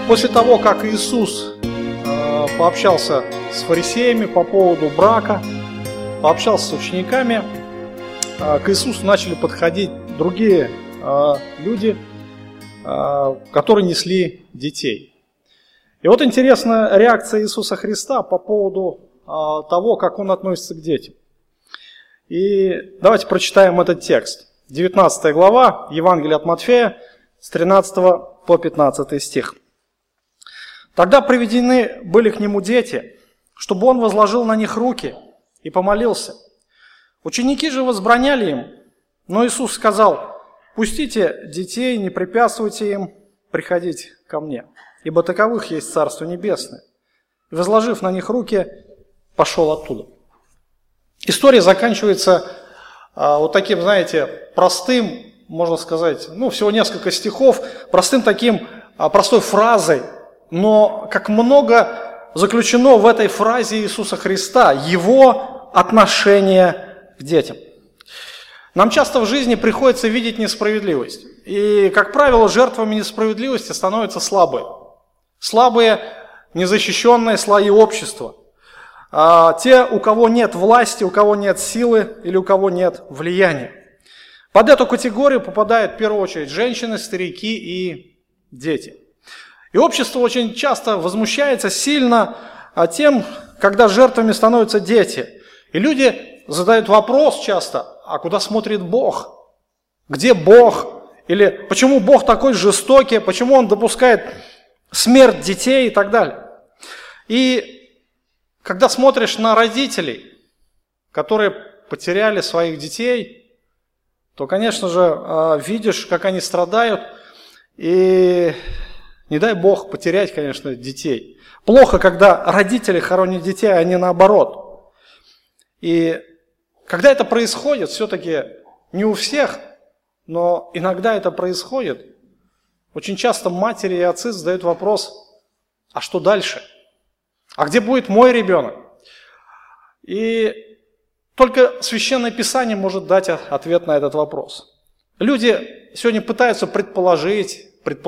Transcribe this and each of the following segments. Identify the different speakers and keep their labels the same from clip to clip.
Speaker 1: После того, как Иисус пообщался с фарисеями по поводу брака, пообщался с учениками, к Иисусу начали подходить другие люди, которые несли детей. И вот интересная реакция Иисуса Христа по поводу того, как Он относится к детям. И давайте прочитаем этот текст. 19 глава, Евангелие от Матфея, с 13 по 15 стих. «Тогда приведены были к Нему дети, чтобы Он возложил на них руки и помолился. Ученики же возбраняли им, но Иисус сказал: пустите детей, не препятствуйте им приходить ко Мне, ибо таковых есть Царство Небесное. И, возложив на них руки, пошел оттуда». История заканчивается вот таким, знаете, простым, можно сказать, всего несколько стихов, простой фразой, но как много заключено в этой фразе Иисуса Христа, Его отношение к детям. Нам часто в жизни приходится видеть несправедливость. И, как правило, жертвами несправедливости становятся слабые. Слабые, незащищенные слои общества. Те, у кого нет власти, у кого нет силы или у кого нет влияния. Под эту категорию попадают в первую очередь женщины, старики и дети. И общество очень часто возмущается сильно тем, когда жертвами становятся дети. И люди задают вопрос часто: а куда смотрит Бог? Где Бог? Или почему Бог такой жестокий? Почему Он допускает смерть детей и так далее? И когда смотришь на родителей, которые потеряли своих детей, то, конечно же, видишь, как они страдают. И не дай Бог потерять, конечно, детей. Плохо, когда родители хоронят детей, а не наоборот. И когда это происходит, все-таки не у всех, но иногда это происходит, очень часто матери и отцы задают вопрос: а что дальше? А где будет мой ребенок? И только Священное Писание может дать ответ на этот вопрос. Люди сегодня пытаются предположить,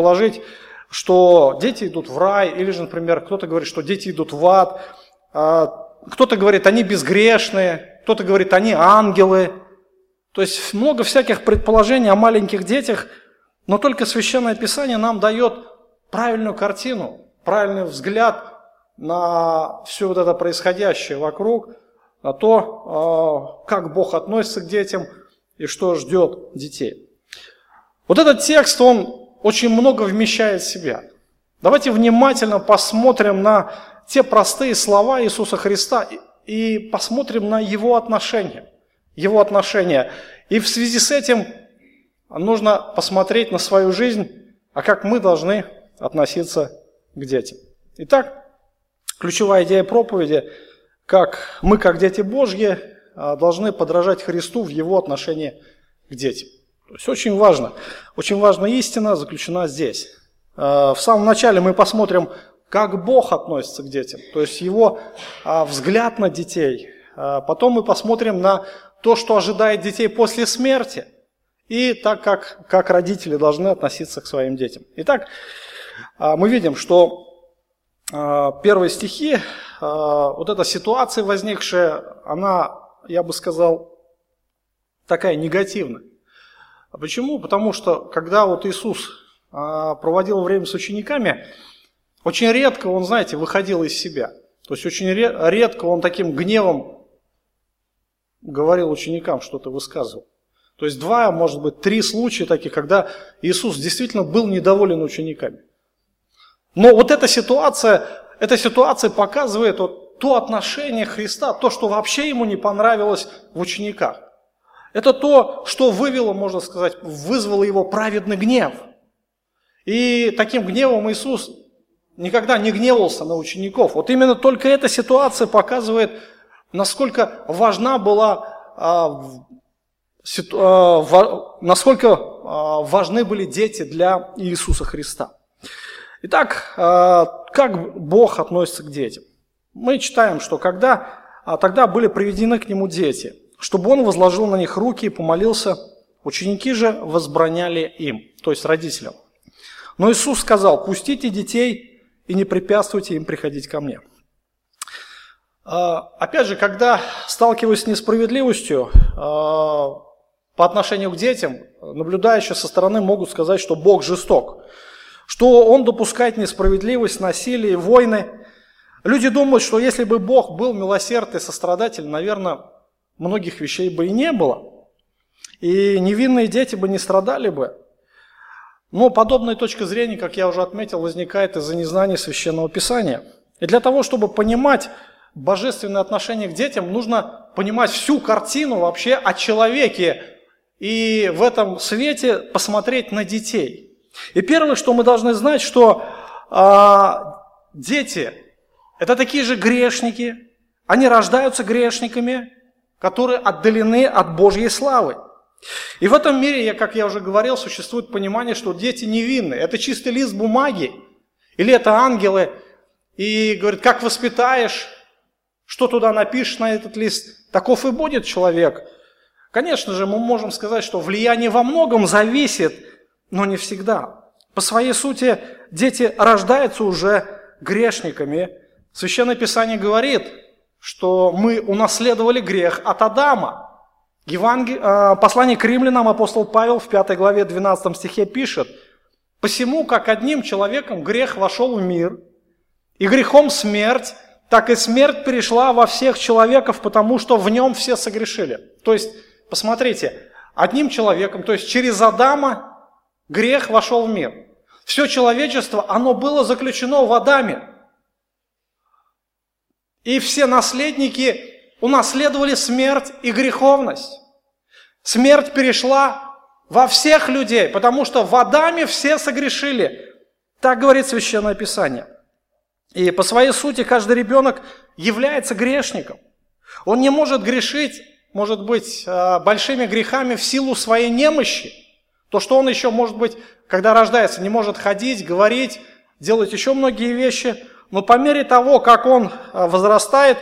Speaker 1: что дети идут в рай, или же, например, кто-то говорит, что дети идут в ад, кто-то говорит, они безгрешные, кто-то говорит, они ангелы. То есть много всяких предположений о маленьких детях, но только Священное Писание нам дает правильную картину, правильный взгляд на все вот это происходящее вокруг, на то, как Бог относится к детям и что ждет детей. Вот этот текст, он очень много вмещает в себя. Давайте внимательно посмотрим на те простые слова Иисуса Христа и посмотрим на Его отношения. Его отношения. И в связи с этим нужно посмотреть на свою жизнь, а как мы должны относиться к детям. Итак, ключевая идея проповеди, как мы, как дети Божьи, должны подражать Христу в Его отношении к детям. То есть очень важная истина заключена здесь. В самом начале мы посмотрим, как Бог относится к детям, то есть Его взгляд на детей. Потом мы посмотрим на то, что ожидает детей после смерти, и так, как родители должны относиться к своим детям. Итак, мы видим, что первые стихи, вот эта ситуация возникшая, она, я бы сказал, такая негативная. А почему? Потому что, когда вот Иисус проводил время с учениками, очень редко Он, знаете, выходил из себя. То есть очень редко Он таким гневом говорил ученикам, что-то высказывал. То есть 2, может быть, 3 случая таких, когда Иисус действительно был недоволен учениками. Но вот эта ситуация показывает вот то отношение Христа, то, что вообще Ему не понравилось в учениках. Это то, что вызвало Его праведный гнев. И таким гневом Иисус никогда не гневался на учеников. Вот именно только эта ситуация показывает, насколько важна была, насколько важны были дети для Иисуса Христа. Итак, как Бог относится к детям? Мы читаем, что тогда были приведены к Нему дети, чтобы Он возложил на них руки и помолился, ученики же возбраняли им, то есть родителям. Но Иисус сказал: пустите детей и не препятствуйте им приходить ко мне. Опять же, когда сталкиваюсь с несправедливостью по отношению к детям, наблюдающие со стороны могут сказать, что Бог жесток, что Он допускает несправедливость, насилие, войны. Люди думают, что если бы Бог был милосердный, сострадательный, наверное, многих вещей бы и не было, и невинные дети бы не страдали бы. Но подобная точка зрения, как я уже отметил, возникает из-за незнания Священного Писания. И для того, чтобы понимать божественное отношение к детям, нужно понимать всю картину вообще о человеке и в этом свете посмотреть на детей. И первое, что мы должны знать, что дети – это такие же грешники, они рождаются грешниками, которые отдалены от Божьей славы. И в этом мире, как я уже говорил, существует понимание, что дети невинны. Это чистый лист бумаги, или это ангелы. И говорит, как воспитаешь, что туда напишешь на этот лист, таков и будет человек. Конечно же, мы можем сказать, что влияние во многом зависит, но не всегда. По своей сути, дети рождаются уже грешниками. Священное Писание говорит, что мы унаследовали грех от Адама. Послание к римлянам апостол Павел в 5 главе 12 стихе пишет: «Посему, как одним человеком грех вошел в мир, и грехом смерть, так и смерть перешла во всех человеков, потому что в нем все согрешили». То есть, посмотрите, одним человеком, то есть через Адама грех вошел в мир. Все человечество, оно было заключено в Адаме. И все наследники унаследовали смерть и греховность. Смерть перешла во всех людей, потому что в Адаме все согрешили. Так говорит Священное Писание. И по своей сути каждый ребенок является грешником. Он не может грешить, может быть, большими грехами в силу своей немощи. То, что он еще, может быть, когда рождается, не может ходить, говорить, делать еще многие вещи. Но по мере того, как он возрастает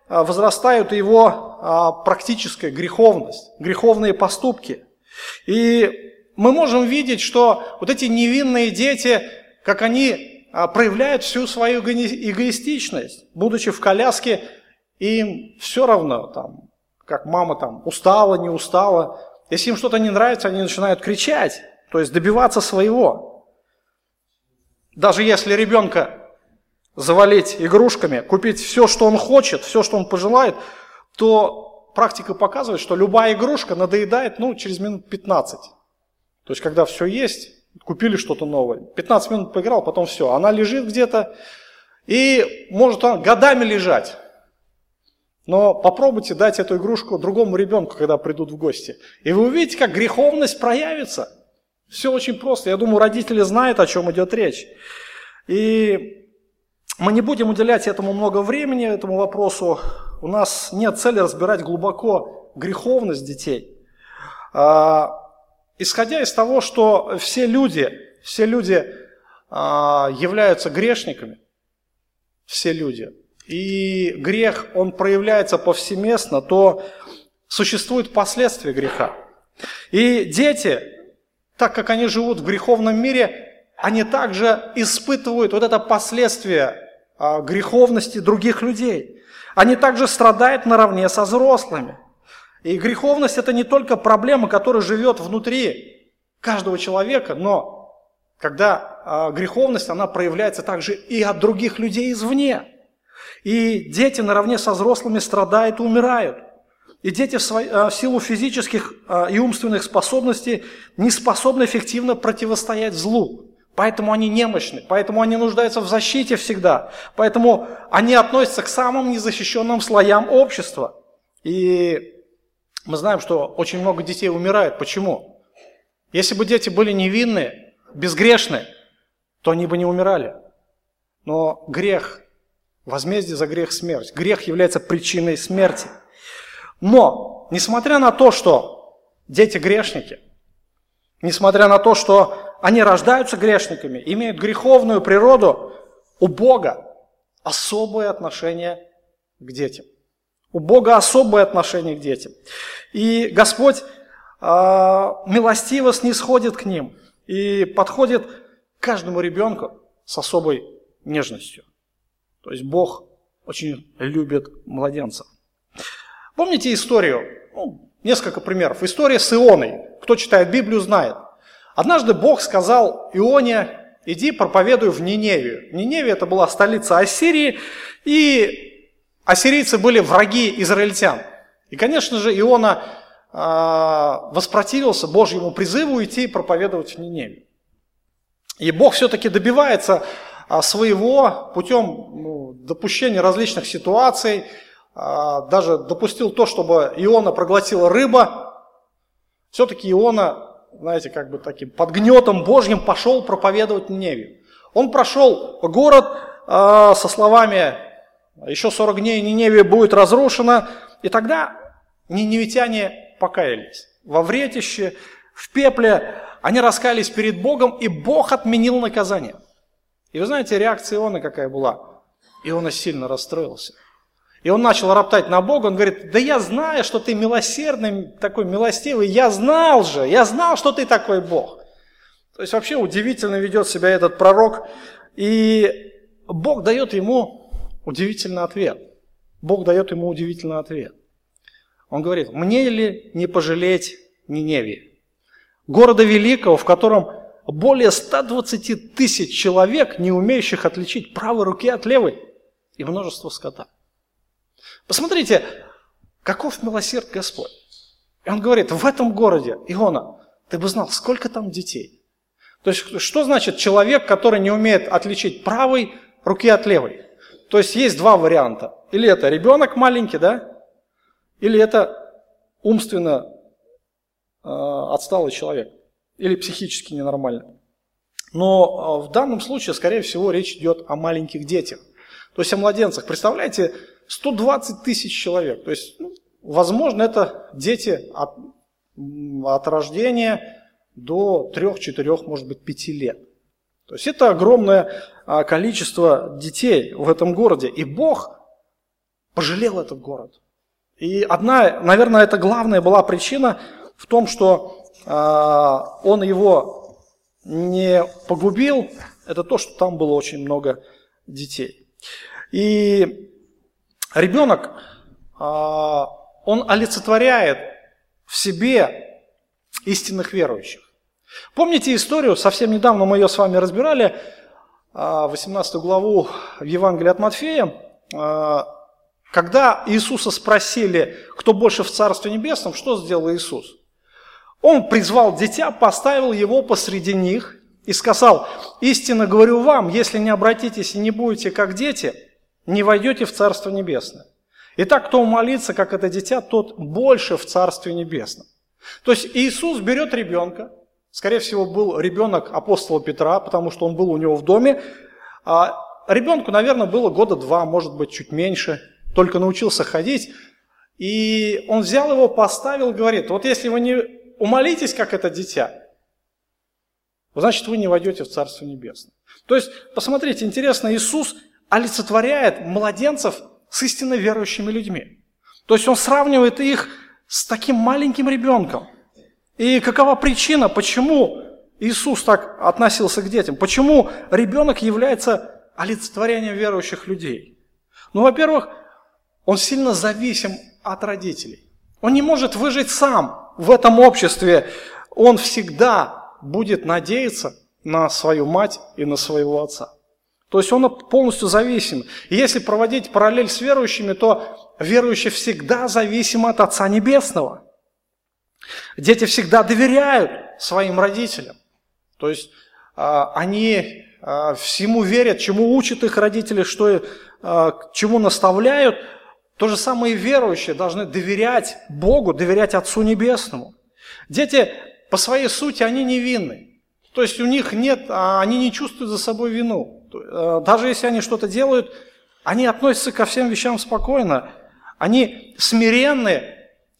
Speaker 1: его практическая греховность, греховные поступки. И мы можем видеть, что вот эти невинные дети, как они проявляют всю свою эгоистичность. Будучи в коляске, им все равно, как мама устала, не устала. Если им что-то не нравится, они начинают кричать, то есть добиваться своего. Даже если ребенка завалить игрушками, купить все, что он хочет, все, что он пожелает, то практика показывает, что любая игрушка надоедает через минут 15. То есть, когда все есть, купили что-то новое, 15 минут поиграл, потом все, она лежит где-то, и может она годами лежать. Но попробуйте дать эту игрушку другому ребенку, когда придут в гости. И вы увидите, как греховность проявится. Все очень просто. Я думаю, родители знают, о чем идет речь. И мы не будем уделять этому много времени, этому вопросу. У нас нет цели разбирать глубоко греховность детей. Исходя из того, что все люди являются грешниками, все люди, и грех, он проявляется повсеместно, то существуют последствия греха. И дети, так как они живут в греховном мире, они также испытывают вот это последствие греховности других людей. Они также страдают наравне со взрослыми. И греховность – это не только проблема, которая живет внутри каждого человека, но когда греховность, она проявляется также и от других людей извне. И дети наравне со взрослыми страдают и умирают. И дети в силу физических и умственных способностей не способны эффективно противостоять злу. Поэтому они немощны, поэтому они нуждаются в защите всегда. Поэтому они относятся к самым незащищенным слоям общества. И мы знаем, что очень много детей умирает. Почему? Если бы дети были невинные, безгрешные, то они бы не умирали. Но грех, возмездие за грех – смерть. Грех является причиной смерти. Но, несмотря на то, что дети грешники, несмотря на то, что они рождаются грешниками, имеют греховную природу, у Бога особое отношение к детям. У Бога особое отношение к детям. И Господь милостиво снисходит к ним и подходит каждому ребенку с особой нежностью. То есть Бог очень любит младенцев. Помните историю? Несколько примеров. История с Ионой. Кто читает Библию, знает. Однажды Бог сказал Ионе: иди проповедуй в Ниневию. Ниневия это была столица Ассирии, и ассирийцы были враги израильтян. И, конечно же, Иона воспротивился Божьему призыву идти проповедовать в Ниневию. И Бог все-таки добивается своего путем допущения различных ситуаций, даже допустил то, чтобы Иона проглотила рыба. Все-таки Иона, знаете, как бы таким под гнетом Божьим пошел проповедовать Ниневию. Он прошел город со словами: еще 40 дней Ниневия будет разрушена. И тогда ниневитяне покаялись. Во вретище, в пепле они раскаялись перед Богом, и Бог отменил наказание. И вы знаете, реакция Ионы какая была? Иона сильно расстроился. И он начал роптать на Бога, он говорит: да я знаю, что ты милосердный, такой милостивый, я знал, что ты такой Бог. То есть вообще удивительно ведет себя этот пророк, и Бог дает ему удивительный ответ. Бог дает ему удивительный ответ. Он говорит: мне ли не пожалеть Ниневии, города великого, в котором более 120 тысяч человек, не умеющих отличить правой руки от левой, и множество скота. Посмотрите, каков милосерд Господь. И он говорит: в этом городе, Иона, ты бы знал, сколько там детей. То есть, что значит человек, который не умеет отличить правой руки от левой? То есть, есть два варианта. Или это ребенок маленький, да? Или это умственно отсталый человек. Или психически ненормальный. Но в данном случае, скорее всего, речь идет о маленьких детях. То есть, о младенцах. Представляете, 120 тысяч человек. То есть, возможно, это дети от рождения до 3-4, может быть, 5 лет. То есть, это огромное количество детей в этом городе. И Бог пожалел этот город. И одна, наверное, это главная была причина в том, что он его не погубил, это то, что там было очень много детей. И ребенок, он олицетворяет в себе истинных верующих. Помните историю, совсем недавно мы ее с вами разбирали, 18 главу в Евангелии от Матфея, когда Иисуса спросили, кто больше в Царстве Небесном, что сделал Иисус? Он призвал дитя, поставил его посреди них и сказал: истинно говорю вам, если не обратитесь и не будете как дети, не войдете в Царство Небесное. Итак, кто умолится, как это дитя, тот больше в Царстве Небесном. То есть Иисус берет ребенка, скорее всего, был ребенок апостола Петра, потому что он был у него в доме. Ребенку, наверное, было 2 года, может быть, чуть меньше, только научился ходить. И он взял его, поставил, говорит: вот если вы не умолитесь, как это дитя, значит, вы не войдете в Царство Небесное. То есть, посмотрите, интересно, Иисус олицетворяет младенцев с истинно верующими людьми. То есть, он сравнивает их с таким маленьким ребенком. И какова причина, почему Иисус так относился к детям? Почему ребенок является олицетворением верующих людей? Ну, во-первых, он сильно зависим от родителей. Он не может выжить сам в этом обществе. Он всегда будет надеяться на свою мать и на своего отца. То есть он полностью зависим. И если проводить параллель с верующими, то верующие всегда зависимы от Отца Небесного. Дети всегда доверяют своим родителям. То есть они всему верят, чему учат их родители, чему наставляют. То же самое и верующие должны доверять Богу, доверять Отцу Небесному. Дети по своей сути, они невинны. То есть у них нет, они не чувствуют за собой вину. Даже если они что-то делают, они относятся ко всем вещам спокойно. Они смиренные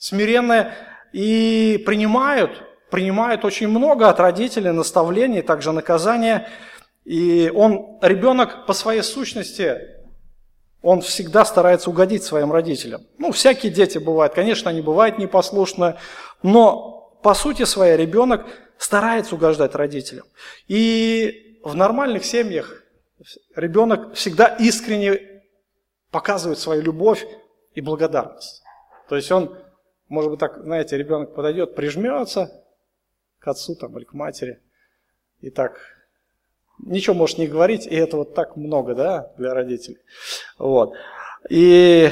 Speaker 1: и принимают очень много от родителей, наставлений, также наказания. И ребенок по своей сущности, он всегда старается угодить своим родителям. Всякие дети бывают, конечно, они бывают непослушны, но по сути своей ребенок старается угождать родителям. И в нормальных семьях ребенок всегда искренне показывает свою любовь и благодарность. То есть он, может быть, так, знаете, ребенок подойдет, прижмется к отцу там, или к матери, и так, ничего может не говорить, и это вот так много, да, для родителей. Вот. И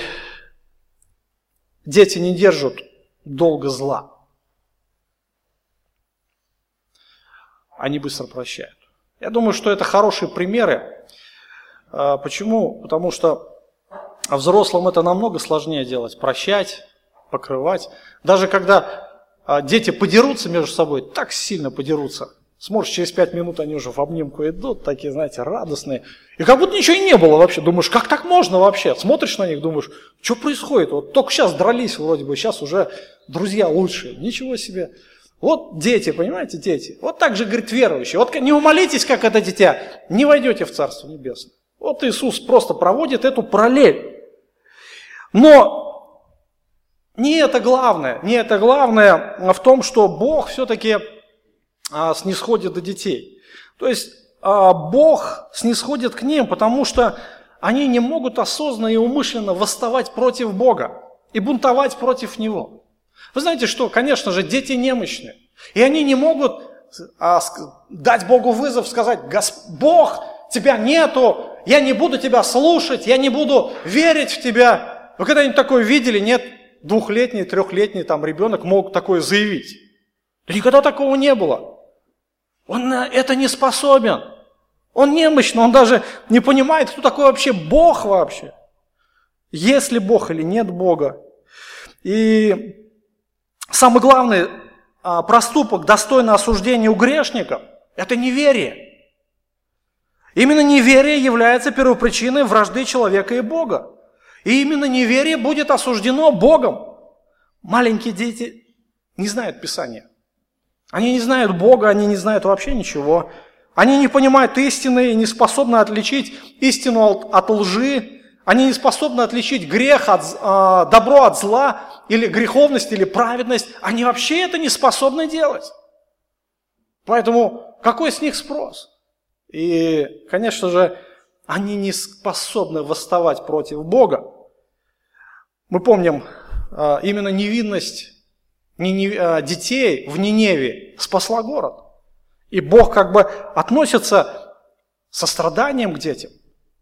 Speaker 1: дети не держат долго зла. Они быстро прощают. Я думаю, что это хорошие примеры. Почему? Потому что взрослым это намного сложнее делать. Прощать, покрывать. Даже когда дети подерутся между собой, так сильно подерутся. Смотришь, через 5 минут они уже в обнимку идут, такие, знаете, радостные. И как будто ничего и не было вообще. Думаешь, как так можно вообще? Смотришь на них, думаешь, что происходит? Вот только сейчас дрались вроде бы, сейчас уже друзья лучшие. Ничего себе. Вот дети, понимаете, дети. Вот так же, говорит, верующие. Вот не умолитесь, как это дитя, не войдете в Царство Небесное. Вот Иисус просто проводит эту параллель. Но не это главное. Не это главное в том, что Бог все-таки снисходит до детей. То есть Бог снисходит к ним, потому что они не могут осознанно и умышленно восставать против Бога и бунтовать против Него. Вы знаете, что, конечно же, дети немощны, и они не могут дать Богу вызов, сказать: Бог, тебя нету, я не буду тебя слушать, я не буду верить в тебя. Вы когда-нибудь такое видели? Нет, 2-летний, 3-летний там ребенок мог такое заявить. Никогда такого не было. Он на это не способен. Он немощный, он даже не понимает, кто такой вообще Бог вообще. Есть ли Бог или нет Бога. И самый главный проступок, достойный осуждения у грешников, это неверие. Именно неверие является первопричиной вражды человека и Бога. И именно неверие будет осуждено Богом. Маленькие дети не знают Писания. Они не знают Бога, они не знают вообще ничего. Они не понимают истины и не способны отличить истину от лжи. Они не способны отличить грех добро от зла, или греховность, или праведность. Они вообще это не способны делать. Поэтому какой с них спрос? И, конечно же, они не способны восставать против Бога. Мы помним, именно невинность детей в Ниневии спасла город. И Бог как бы относится с состраданием к детям.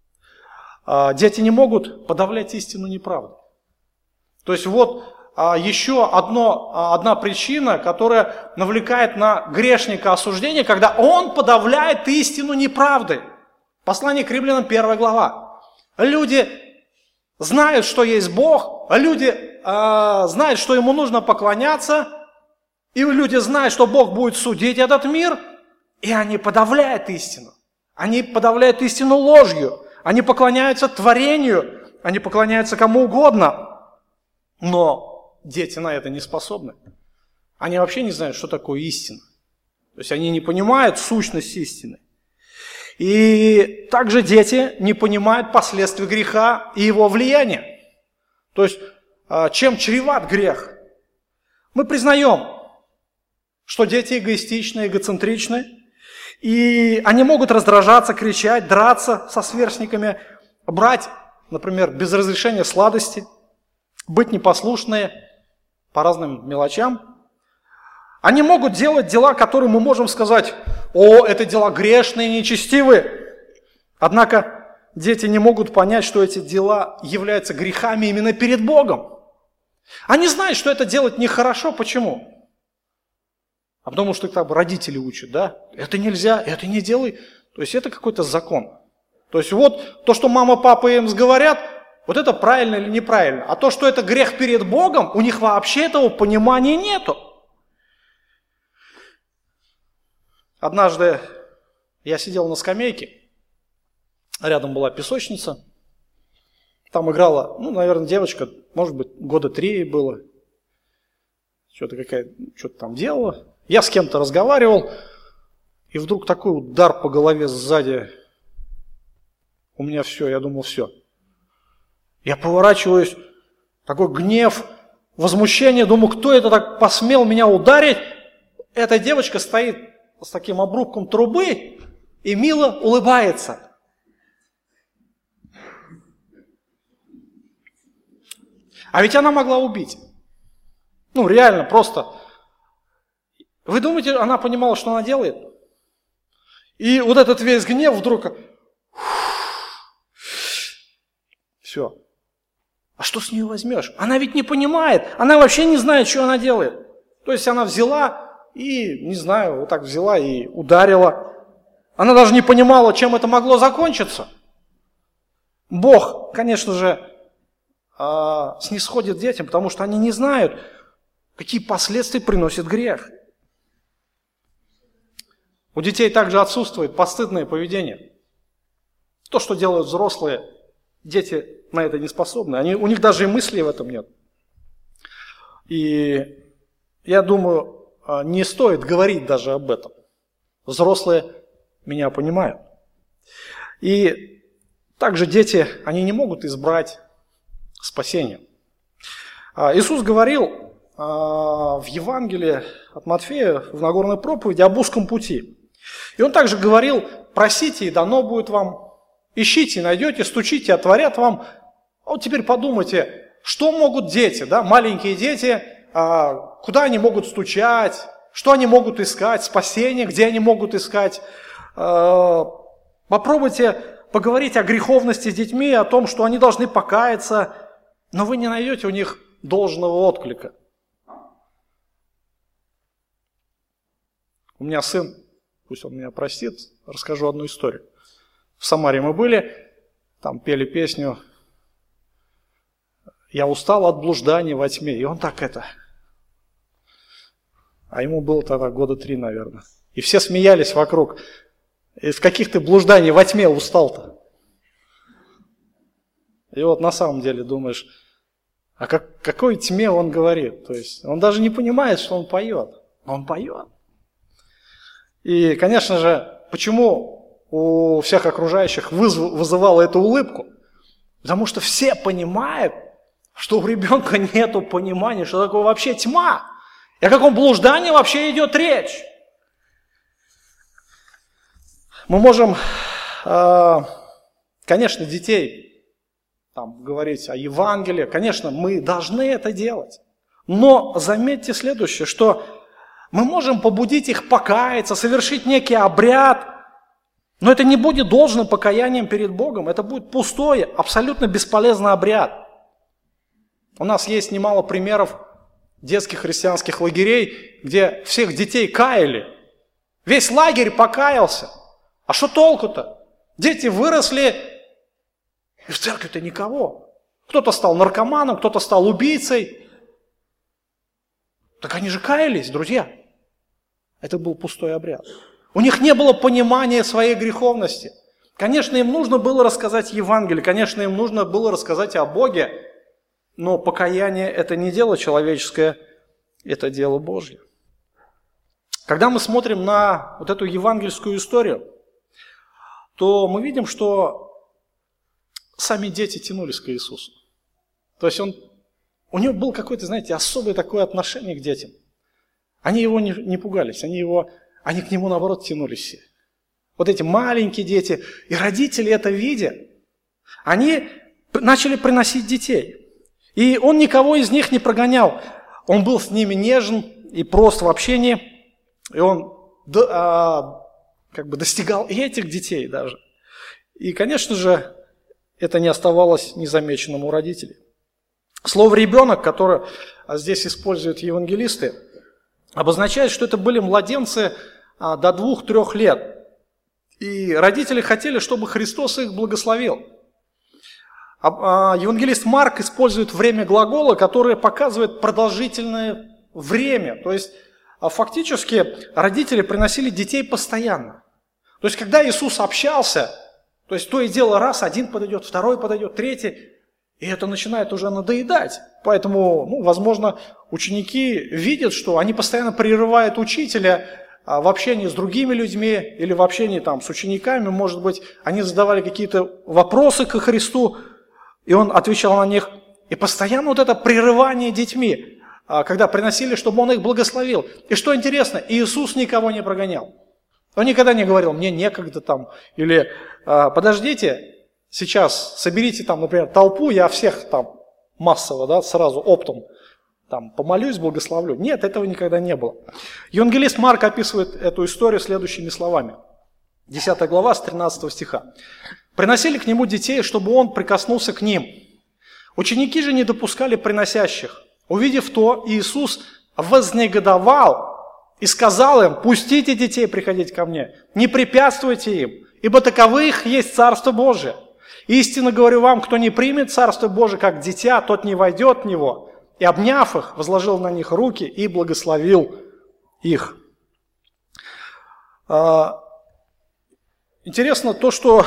Speaker 1: Дети не могут подавлять истину неправды. То есть вот еще одна причина, которая навлекает на грешника осуждение, когда он подавляет истину неправды. Послание к Римлянам, 1 глава. Люди знают, что есть Бог, а люди знают, что Ему нужно поклоняться, и люди знают, что Бог будет судить этот мир, и они подавляют истину. Они подавляют истину ложью. Они поклоняются творению, они поклоняются кому угодно. Но дети на это не способны. Они вообще не знают, что такое истина. То есть они не понимают сущность истины. И также дети не понимают последствий греха и его влияния. То есть чем чреват грех? Мы признаем, что дети эгоистичны, эгоцентричны, и они могут раздражаться, кричать, драться со сверстниками, брать, например, без разрешения сладости, быть непослушные по разным мелочам. Они могут делать дела, которые мы можем сказать: «О, это дела грешные, нечестивые». Однако дети не могут понять, что эти дела являются грехами именно перед Богом. Они знают, что это делать нехорошо. Почему? А потому что их там родители учат, да? Это нельзя, это не делай. То есть это какой-то закон. То есть вот то, что мама, папа им говорят, вот это правильно или неправильно. А то, что это грех перед Богом, у них вообще этого понимания нету. Однажды я сидел на скамейке, рядом была песочница. Там играла, наверное, девочка, может быть, 3 года ей было. Что-то там делала. Я с кем-то разговаривал, и вдруг такой удар по голове сзади. У меня все, я думал, все. Я поворачиваюсь, такой гнев, возмущение, думаю, кто это так посмел меня ударить? Эта девочка стоит с таким обрубком трубы, и мило улыбается. А ведь она могла убить. Ну, реально, просто. Вы думаете, она понимала, что она делает? И вот этот весь гнев вдруг... Все. А что с нее возьмешь? Она ведь не понимает. Она вообще не знает, что она делает. То есть она взяла и, не знаю, вот так взяла и ударила. Она даже не понимала, чем это могло закончиться. Бог, конечно же, снисходит детям, потому что они не знают, какие последствия приносит грех. У детей также отсутствует постыдное поведение. То, что делают взрослые, дети на это не способны. У них даже и мыслей в этом нет. И я думаю, не стоит говорить даже об этом. Взрослые меня понимают. И также дети, они не могут избрать спасение. Иисус говорил в Евангелии от Матфея в Нагорной проповеди об узком пути. И он также говорил: просите, и дано будет вам, ищите, найдете, стучите, отворят вам. А вот теперь подумайте, что могут дети, да, маленькие дети, куда они могут стучать, что они могут искать, спасение, где они могут искать. Попробуйте поговорить о греховности с детьми, о том, что они должны покаяться, но вы не найдете у них должного отклика. У меня сын, пусть он меня простит, расскажу одну историю. В Самаре мы были, там пели песню «Я устал от блуждания во тьме». И он так а ему было тогда 3 года, наверное. И все смеялись вокруг. Из каких ты блужданий во тьме устал-то? И вот на самом деле думаешь, о какой тьме он говорит? То есть он даже не понимает, что он поет. Но он поет. И, конечно же, почему у всех окружающих вызывало эту улыбку? Потому что все понимают, что у ребенка нету понимания, что такое вообще тьма. И о каком блуждании вообще идет речь. Мы можем, конечно, детей говорить о Евангелии, конечно, мы должны это делать. Но заметьте следующее, что мы можем побудить их покаяться, совершить некий обряд, но это не будет должным покаянием перед Богом, это будет пустой, абсолютно бесполезный обряд. У нас есть немало примеров детских христианских лагерей, где всех детей каяли. Весь лагерь покаялся. А что толку-то? Дети выросли, и в церкви-то никого. Кто-то стал наркоманом, кто-то стал убийцей. Так они же каялись, друзья. Это был пустой обряд. У них не было понимания своей греховности. Конечно, им нужно было рассказать Евангелие, конечно, им нужно было рассказать о Боге, но покаяние – это не дело человеческое, это дело Божье. Когда мы смотрим на вот эту евангельскую историю, то мы видим, что сами дети тянулись к Иисусу. То есть у него было какое-то, знаете, особое такое отношение к детям. Они его не пугались, они к нему, наоборот, тянулись все. Вот эти маленькие дети, и родители это видя, они начали приносить детей. И он никого из них не прогонял. Он был с ними нежен и прост в общении. И он достигал и этих детей даже. И, конечно же, это не оставалось незамеченным у родителей. Слово «ребенок», которое здесь используют евангелисты, обозначает, что это были младенцы до 2-3 лет. И родители хотели, чтобы Христос их благословил. Евангелист Марк использует время глагола, которое показывает продолжительное время. То есть фактически родители приносили детей постоянно. То есть когда Иисус общался, то есть то и дело раз, один подойдет, второй подойдет, третий, и это начинает уже надоедать. Поэтому, возможно, ученики видят, что они постоянно прерывают учителя в общении с другими людьми или в общении с учениками, может быть, они задавали какие-то вопросы ко Христу, и он отвечал на них. И постоянно вот это прерывание детьми, когда приносили, чтобы он их благословил. И что интересно, Иисус никого не прогонял. Он никогда не говорил, мне некогда там, или подождите, сейчас соберите там, например, толпу, я всех там массово, да, сразу оптом там помолюсь, благословлю. Нет, этого никогда не было. Евангелист Марк описывает эту историю следующими словами. 10 глава с 13 стиха. «Приносили к нему детей, чтобы он прикоснулся к ним. Ученики же не допускали приносящих. Увидев то, Иисус вознегодовал и сказал им, пустите детей приходить ко мне, не препятствуйте им, ибо таковых есть Царство Божие. Истинно говорю вам, кто не примет Царство Божие как дитя, тот не войдет в него. И, обняв их, возложил на них руки и благословил их». Интересно то, что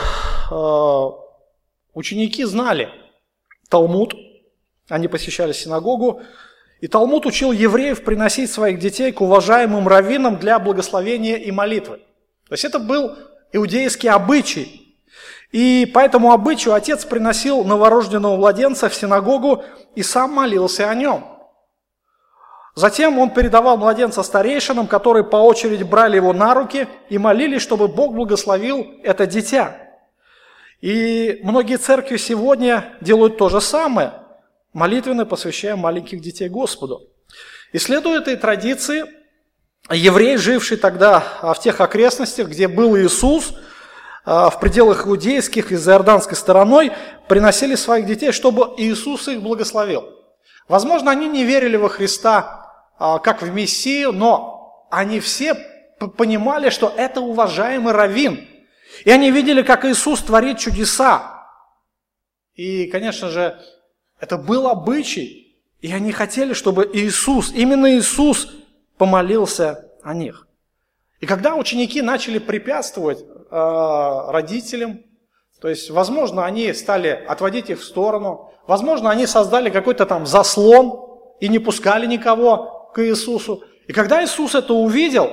Speaker 1: ученики знали Талмуд, они посещали синагогу, и Талмуд учил евреев приносить своих детей к уважаемым раввинам для благословения и молитвы. То есть это был иудейский обычай. И по этому обычаю отец приносил новорожденного младенца в синагогу и сам молился о нем. Затем он передавал младенца старейшинам, которые по очереди брали его на руки и молились, чтобы Бог благословил это дитя. И многие церкви сегодня делают то же самое, молитвенно посвящая маленьких детей Господу. И следуя этой традиции, евреи, жившие тогда в тех окрестностях, где был Иисус, в пределах иудейских и за иорданской стороной, приносили своих детей, чтобы Иисус их благословил. Возможно, они не верили во Христа как в Мессию, но они все понимали, что это уважаемый раввин. И они видели, как Иисус творит чудеса. И, конечно же, это был обычай. И они хотели, чтобы Иисус, именно Иисус, помолился о них. И когда ученики начали препятствовать родителям, то есть, возможно, они стали отводить их в сторону, возможно, они создали какой-то там заслон и не пускали никого к Иисусу. И когда Иисус это увидел,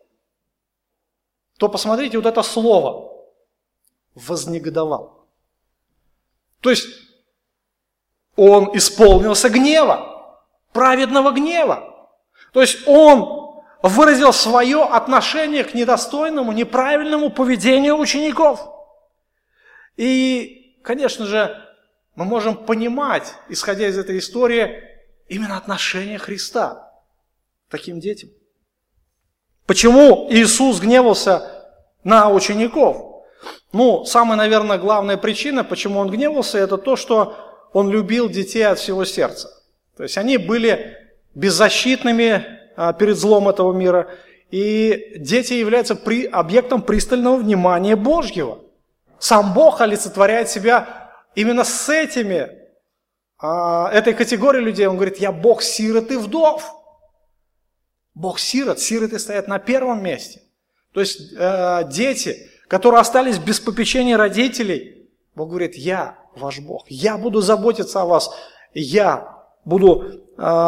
Speaker 1: то посмотрите вот это слово «вознегодовал». То есть, он исполнился гнева, праведного гнева. То есть, он выразил свое отношение к недостойному, неправильному поведению учеников. И, конечно же, мы можем понимать, исходя из этой истории, именно отношение Христа к таким детям. Почему Иисус гневался на учеников? Самая, наверное, главная причина, почему он гневался, это то, что он любил детей от всего сердца. То есть они были беззащитными перед злом этого мира, и дети являются объектом пристального внимания Божьего. Сам Бог олицетворяет себя именно с этой категорией людей. Он говорит, я Бог сирот и вдов. Бог сирот, сироты стоят на первом месте. То есть дети, которые остались без попечения родителей, Бог говорит, я ваш Бог, я буду заботиться о вас, я буду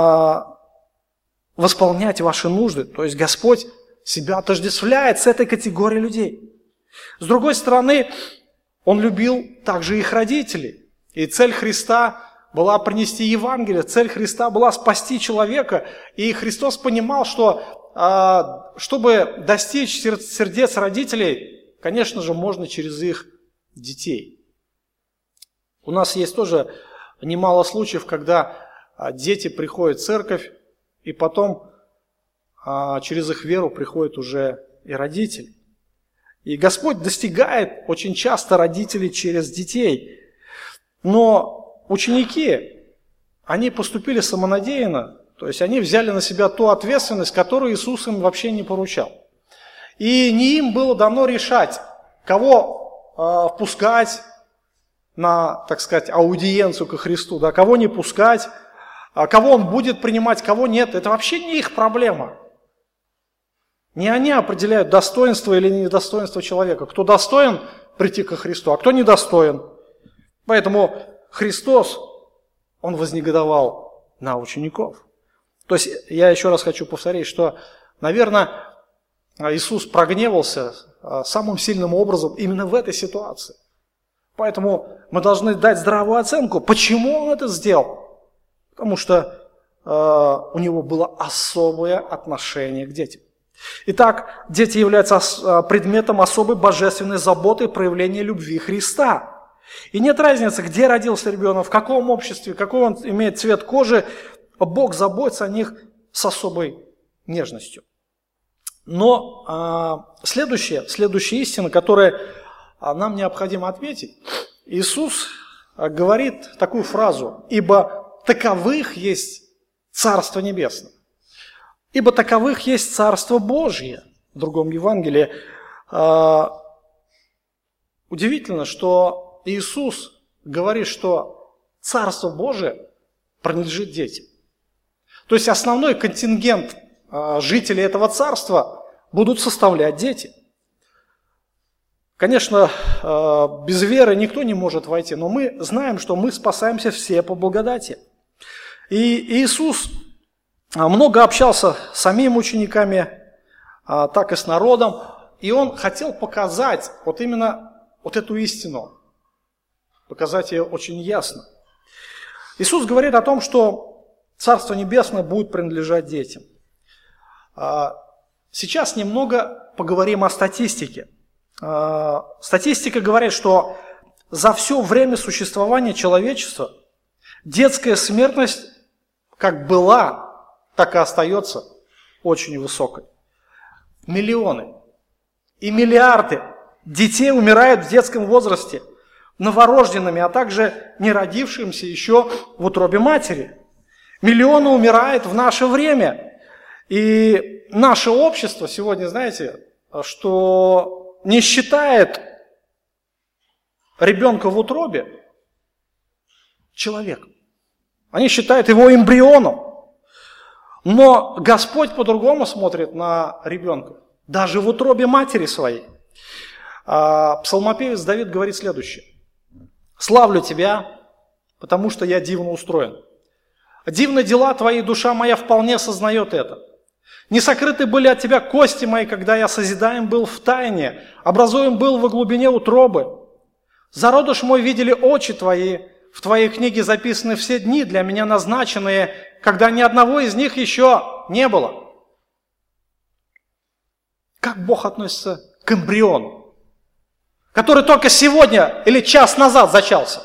Speaker 1: восполнять ваши нужды. То есть Господь себя отождествляет с этой категорией людей. С другой стороны, Он любил также их родителей. И цель Христа была принести Евангелие, цель Христа была спасти человека. И Христос понимал, что чтобы достичь сердец родителей, конечно же, можно через их детей. У нас есть тоже немало случаев, когда дети приходят в церковь, и потом через их веру приходят уже и родители. И Господь достигает очень часто родителей через детей. Но ученики, они поступили самонадеянно, то есть они взяли на себя ту ответственность, которую Иисус им вообще не поручал. И не им было дано решать, кого впускать на, так сказать, аудиенцию ко Христу, да, кого не пускать, кого Он будет принимать, кого нет. Это вообще не их проблема. Не они определяют достоинство или недостоинство человека. Кто достоин прийти ко Христу, а кто недостоин. Поэтому Христос, Он вознегодовал на учеников. То есть, я еще раз хочу повторить, что, наверное, Иисус прогневался самым сильным образом именно в этой ситуации. Поэтому мы должны дать здравую оценку, почему Он это сделал. Потому что у Него было особое отношение к детям. Итак, дети являются предметом особой божественной заботы и проявления любви Христа. И нет разницы, где родился ребенок, в каком обществе, какой он имеет цвет кожи, Бог заботится о них с особой нежностью. Но следующая истина, которую нам необходимо отметить, Иисус говорит такую фразу: «Ибо таковых есть Царство Небесное». «Ибо таковых есть Царство Божье». В другом Евангелии. Удивительно, что Иисус говорит, что Царство Божие принадлежит детям. То есть основной контингент жителей этого царства будут составлять дети. Конечно, без веры никто не может войти, но мы знаем, что мы спасаемся все по благодати. И Иисус много общался с самими учениками, так и с народом, и Он хотел показать вот именно вот эту истину, показать ее очень ясно. Иисус говорит о том, что Царство Небесное будет принадлежать детям. Сейчас немного поговорим о статистике. Статистика говорит, что за все время существования человечества детская смертность как была, так и остается очень высокой. Миллионы и миллиарды детей умирают в детском возрасте, новорожденными, а также не родившимся еще в утробе матери. Миллионы умирают в наше время. И наше общество сегодня, знаете, что не считает ребенка в утробе человеком. Они считают его эмбрионом. Но Господь по-другому смотрит на ребенка, даже в утробе матери своей. Псалмопевец Давид говорит следующее: «Славлю Тебя, потому что я дивно устроен. Дивны дела Твои, душа моя вполне сознает это. Не сокрыты были от Тебя кости мои, когда я созидаем был в тайне, образуем был во глубине утробы. Зародыш мой видели очи Твои, в Твоей книге записаны все дни, для меня назначенные, когда ни одного из них еще не было». Как Бог относится к эмбриону, который только сегодня или час назад зачался?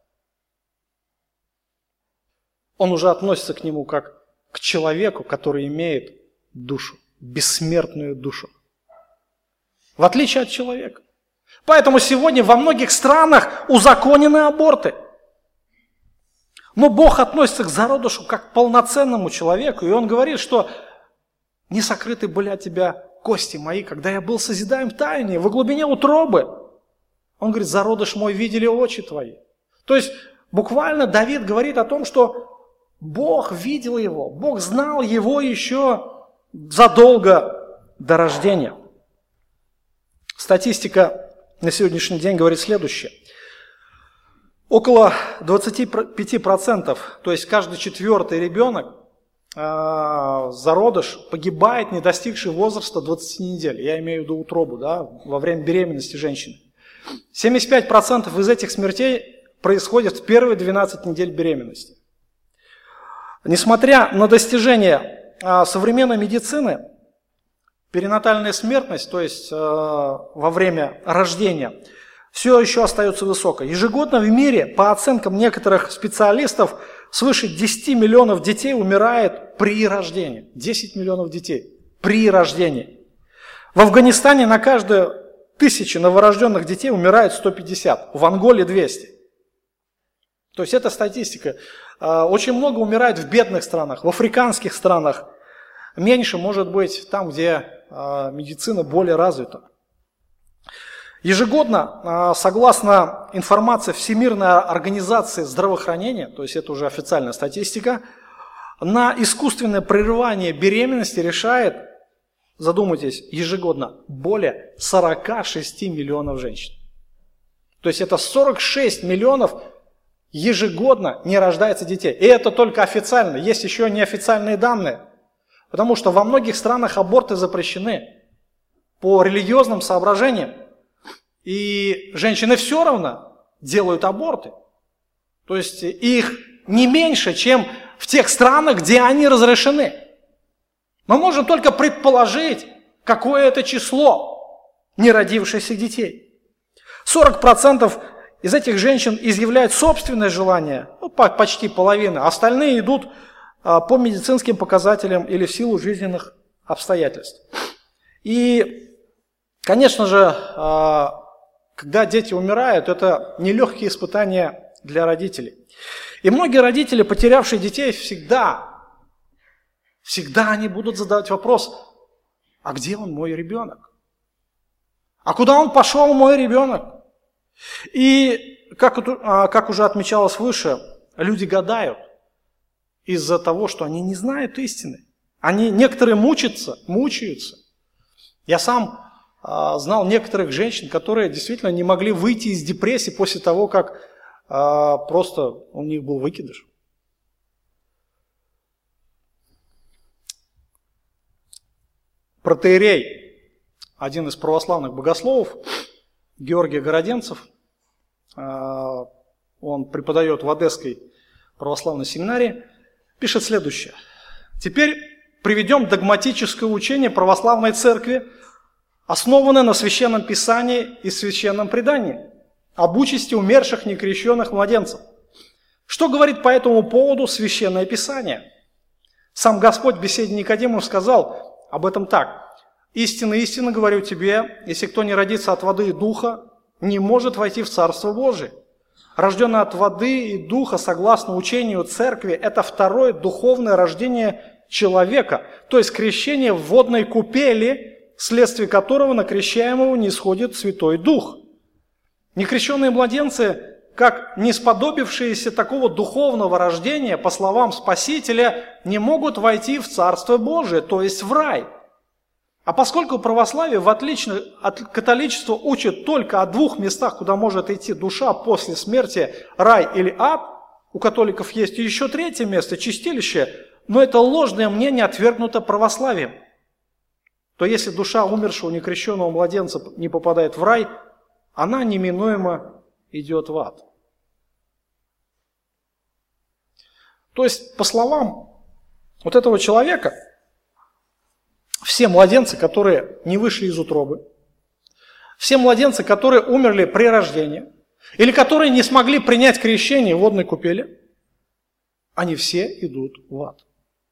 Speaker 1: Он уже относится к нему как к человеку, который имеет душу, бессмертную душу, в отличие от человека. Поэтому сегодня во многих странах узаконены аборты. Но Бог относится к зародышу как к полноценному человеку, и Он говорит, что не сокрыты были от Тебя кости мои, когда я был созидаем в тайне, во глубине утробы. Он говорит: зародыш мой видели очи Твои. То есть буквально Давид говорит о том, что Бог видел его, Бог знал его еще задолго до рождения. Статистика на сегодняшний день говорит следующее. Около 25%, то есть каждый четвертый ребенок, зародыш, погибает, не достигший возраста 20 недель. Я имею в виду утробу, да, во время беременности женщины. 75% из этих смертей происходит в первые 12 недель беременности. Несмотря на достижения современной медицины, перинатальная смертность, то есть во время рождения, все еще остается высокой. Ежегодно в мире, по оценкам некоторых специалистов, свыше 10 миллионов детей умирает при рождении. 10 миллионов детей при рождении. В Афганистане на каждую 1000 новорожденных детей умирает 150, в Анголе 200. То есть это статистика. Очень много умирает в бедных странах, в африканских странах. Меньше, может быть, там, где медицина более развита. Ежегодно, согласно информации Всемирной организации здравоохранения, то есть это уже официальная статистика, на искусственное прерывание беременности решает, задумайтесь, ежегодно более 46 миллионов женщин. То есть это 46 миллионов ежегодно не рождается детей. И это только официально, есть еще неофициальные данные. Потому что во многих странах аборты запрещены по религиозным соображениям. И женщины все равно делают аборты. То есть их не меньше, чем в тех странах, где они разрешены. Мы можем только предположить, Какое это число неродившихся детей? 40% из этих женщин изъявляют собственное желание, почти половина. Остальные идут по медицинским показателям или в силу жизненных обстоятельств. И, конечно же, когда дети умирают, это нелегкие испытания для родителей. И многие родители, потерявшие детей, всегда они будут задавать вопрос: а где он, мой ребенок? А куда он пошел, мой ребенок? И, как уже отмечалось выше, люди гадают из-за того, что они не знают истины. Некоторые мучаются. Я сам знал некоторых женщин, которые действительно не могли выйти из депрессии после того, как просто у них был выкидыш. Протоиерей, один из православных богословов, Георгий Городенцев, он преподает в Одесской православной семинарии, пишет следующее. Теперь приведем догматическое учение православной церкви, основанное на Священном Писании и Священном предании об участи умерших некрещенных младенцев. Что говорит по этому поводу Священное Писание? Сам Господь в беседе Никодиму сказал об этом так. «Истинно, истинно говорю тебе, если кто не родится от воды и духа, не может войти в Царство Божие. Рожденный от воды и духа, согласно учению церкви, это второе духовное рождение человека, то есть крещение в водной купели, вследствие которого на крещаемого не сходит Святой Дух. Некрещенные младенцы, как не сподобившиеся такого духовного рождения, по словам Спасителя, не могут войти в Царство Божие, то есть в рай. А поскольку православие, в отличие от католичества, учит только о двух местах, куда может идти душа после смерти, рай или ад, у католиков есть еще третье место, чистилище, но это ложное мнение отвергнуто православием, то если душа умершего некрещенного младенца не попадает в рай, она неминуемо идет в ад. То есть, по словам вот этого человека, все младенцы, которые не вышли из утробы, все младенцы, которые умерли при рождении, или которые не смогли принять крещение в водной купели, они все идут в ад.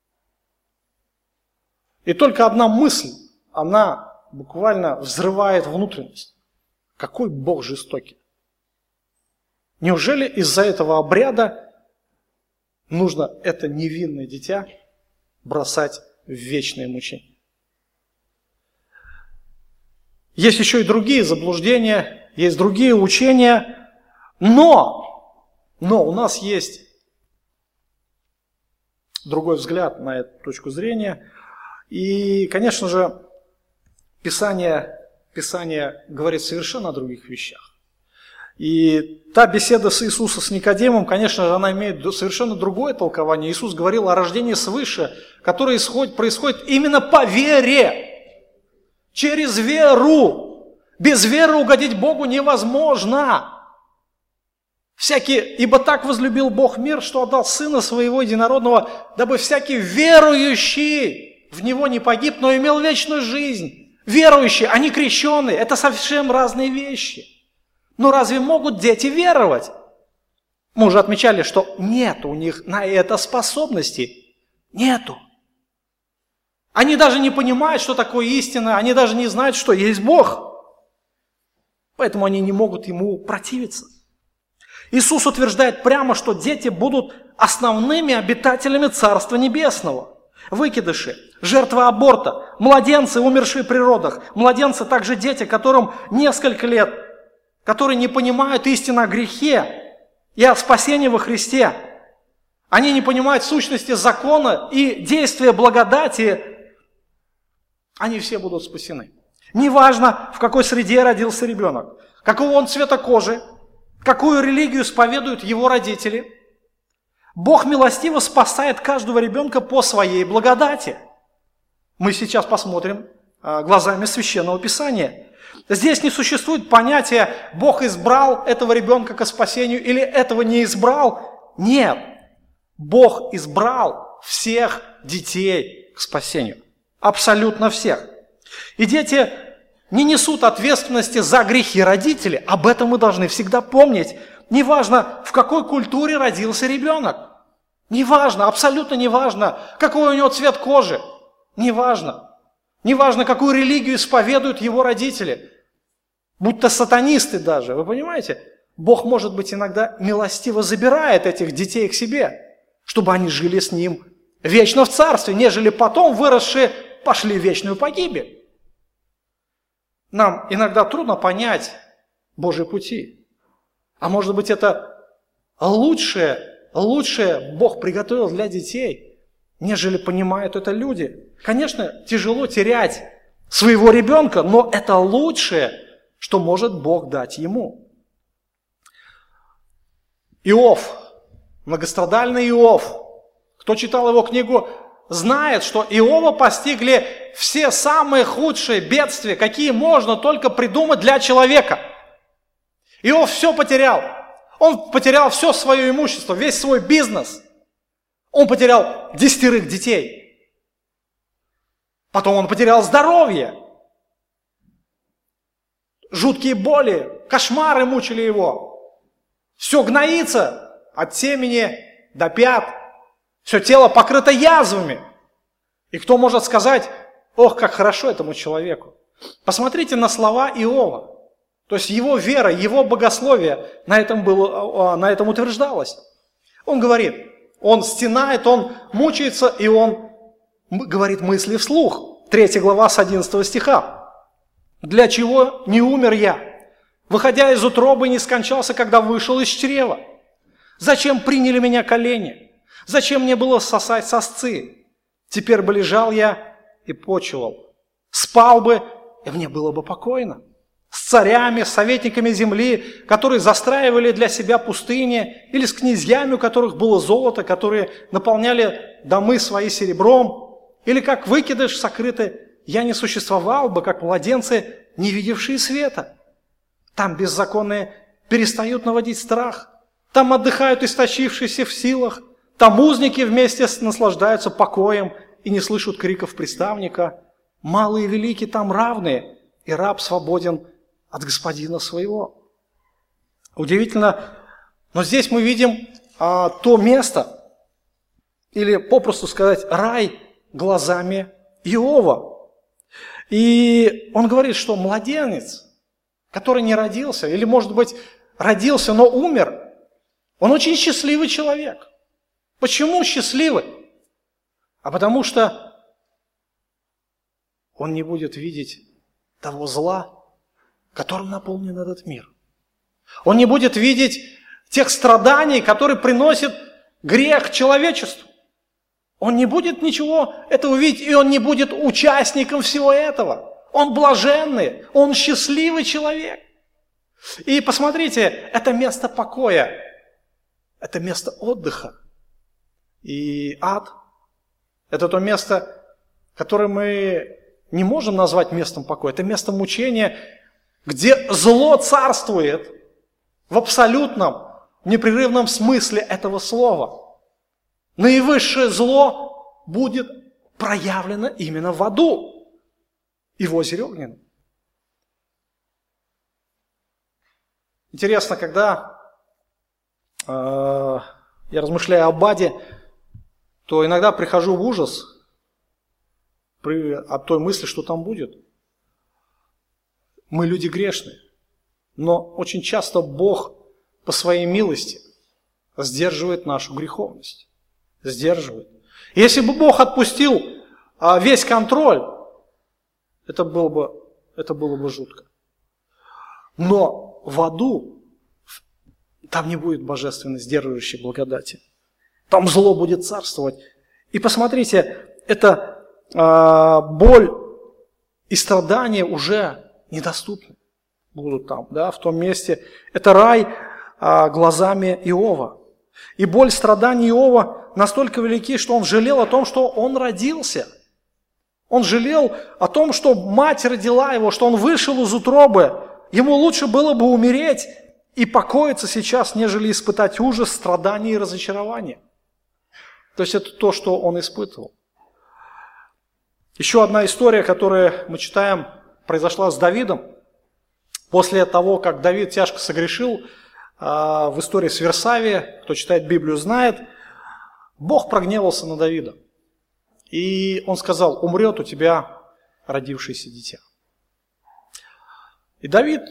Speaker 1: И только одна мысль, она буквально взрывает внутренность. Какой Бог жестокий. Неужели из-за этого обряда нужно это невинное дитя бросать в вечное мучение? Есть еще и другие заблуждения, есть другие учения, но у нас есть другой взгляд на эту точку зрения. И, конечно же, Писание говорит совершенно о других вещах. И та беседа с Иисусом, с Никодимом, конечно же, она имеет совершенно другое толкование. Иисус говорил о рождении свыше, которое происходит именно по вере. Через веру. Без веры угодить Богу невозможно. Ибо так возлюбил Бог мир, что отдал Сына Своего Единородного, дабы всякий верующий в Него не погиб, но имел вечную жизнь. Верующие, а не крещенные, это совсем разные вещи. Но разве могут дети веровать? Мы уже отмечали, что нет у них на это способности. Нету. Они даже не понимают, что такое истина, они даже не знают, что есть Бог. Поэтому они не могут Ему противиться. Иисус утверждает прямо, что дети будут основными обитателями Царства Небесного. Выкидыши, жертвы аборта, младенцы, умершие при родах, младенцы также дети, которым несколько лет, которые не понимают истину о грехе и о спасении во Христе. Они не понимают сущности закона и действия благодати. Они все будут спасены. Неважно, в какой среде родился ребенок, какого он цвета кожи, какую религию исповедуют его родители. Бог милостиво спасает каждого ребенка по своей благодати. Мы сейчас посмотрим глазами Священного Писания. Здесь не существует понятия «Бог избрал этого ребенка к спасению» или «этого не избрал». Нет, Бог избрал всех детей к спасению. Абсолютно всех. И дети не несут ответственности за грехи родителей. Об этом мы должны всегда помнить. Неважно, в какой культуре родился ребенок. Неважно, абсолютно неважно, какой у него цвет кожи. Неважно. Неважно, какую религию исповедуют его родители. Будь то сатанисты даже, вы понимаете? Бог, может быть, иногда милостиво забирает этих детей к себе, чтобы они жили с Ним вечно в царстве, нежели потом, выросшие, пошли в вечную погибель. Нам иногда трудно понять Божьи пути. А может быть, это лучшее Бог приготовил для детей, нежели понимают это люди. Конечно, тяжело терять своего ребенка, но это лучшее, что может Бог дать ему. Иов, многострадальный Иов, кто читал его книгу, знает, что Иова постигли все самые худшие бедствия, какие можно только придумать для человека. Иов все потерял. Он потерял все свое имущество, весь свой бизнес. Он потерял 10 детей. Потом он потерял здоровье. Жуткие боли, кошмары мучили его. Все гноится от темени до пят. Все тело покрыто язвами. И кто может сказать: ох, как хорошо этому человеку. Посмотрите на слова Иова. То есть его вера, его богословие на этом утверждалось. Он говорит, он стенает, он мучается, и он говорит мысли вслух. 3 глава с 11 стиха. «Для чего не умер я? Выходя из утробы, не скончался, когда вышел из чрева. Зачем приняли меня колени? Зачем мне было сосать сосцы? Теперь бы лежал я и почивал. Спал бы, и мне было бы покойно. С царями, с советниками земли, которые застраивали для себя пустыни, или с князьями, у которых было золото, которые наполняли домы свои серебром, или как выкидыш сокрыты, я не существовал бы, как младенцы, не видевшие света. Там беззаконные перестают наводить страх, там отдыхают истощившиеся в силах, там узники вместе наслаждаются покоем и не слышат криков приставника. Малые и великие там равные, и раб свободен от господина своего». Удивительно, но здесь мы видим то место, или попросту сказать, рай глазами Иова. И он говорит, что младенец, который не родился, или, может быть, родился, но умер, он очень счастливый человек. Почему счастливый? А потому что он не будет видеть того зла, которым наполнен этот мир. Он не будет видеть тех страданий, которые приносит грех человечеству. Он не будет ничего этого видеть, и он не будет участником всего этого. Он блаженный, он счастливый человек. И посмотрите, это место покоя, это место отдыха. И ад – это то место, которое мы не можем назвать местом покоя. Это место мучения, где зло царствует в абсолютном, непрерывном смысле этого слова. Наивысшее зло будет проявлено именно в аду и в озере Огненном. Интересно, когда я размышляю об аде, то иногда прихожу в ужас от той мысли, что там будет. Мы люди грешные, но очень часто Бог по своей милости сдерживает нашу греховность. Сдерживает. Если бы Бог отпустил весь контроль, это было бы жутко. Но в аду там не будет божественной сдерживающей благодати. Там зло будет царствовать. И посмотрите, это боль и страдания уже недоступны будут там, да, в том месте. Это рай глазами Иова. И боль страданий Иова настолько велики, что он жалел о том, что он родился. Он жалел о том, что мать родила его, что он вышел из утробы. Ему лучше было бы умереть и покоиться сейчас, нежели испытать ужас, страдания и разочарование. То есть это то, что он испытывал. Еще одна история, которую мы читаем, произошла с Давидом. После того, как Давид тяжко согрешил, в истории с Версавией, кто читает Библию, знает, Бог прогневался на Давида. И он сказал: умрет у тебя родившееся дитя. И Давид,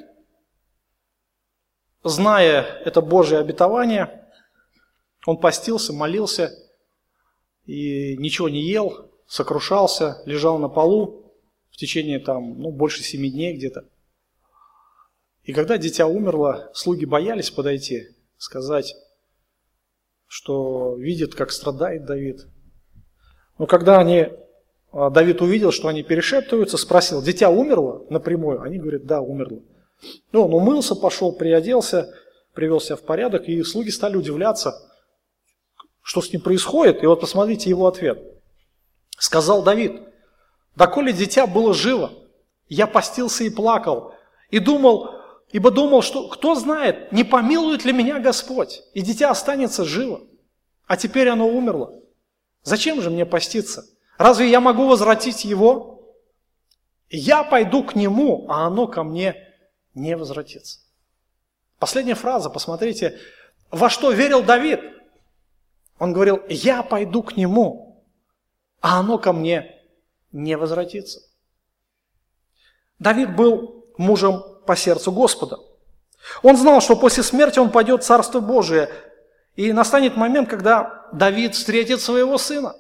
Speaker 1: зная это Божие обетование, он постился, молился и ничего не ел, сокрушался, лежал на полу в течение больше 7 дней где-то. И когда дитя умерло, слуги боялись подойти, сказать, что видят, как страдает Давид. Но когда Давид увидел, что они перешептываются, спросил: дитя умерло напрямую? Они говорят: да, умерло. Он умылся, пошел, приоделся, привел себя в порядок, и слуги стали удивляться, что с ним происходит. И вот посмотрите его ответ. Сказал Давид: доколе дитя было живо, я постился и плакал, ибо думал, что кто знает, не помилует ли меня Господь, и дитя останется живо, а теперь оно умерло. Зачем же мне поститься? Разве я могу возвратить его? Я пойду к нему, а оно ко мне не возвратится. Последняя фраза, посмотрите, во что верил Давид. Он говорил: я пойду к нему, а оно ко мне не возвратится. Давид был мужем по сердцу Господа. Он знал, что после смерти он пойдет в Царство Божие, и настанет момент, когда Давид встретит своего сына.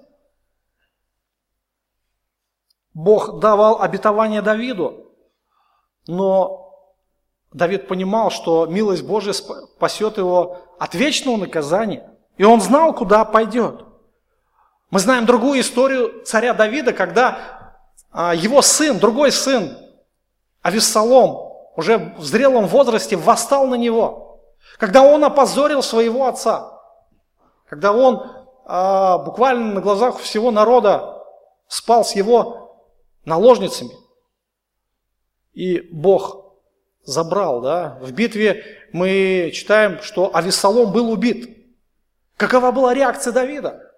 Speaker 1: Бог давал обетование Давиду, но Давид понимал, что милость Божия спасет его от вечного наказания, и он знал, куда пойдет. Мы знаем другую историю царя Давида, когда его сын, другой сын, Авессалом, уже в зрелом возрасте восстал на него, когда он опозорил своего отца, когда он буквально на глазах всего народа спал с его наложницами. И Бог забрал, в битве мы читаем, что Авессалом был убит. Какова была реакция Давида?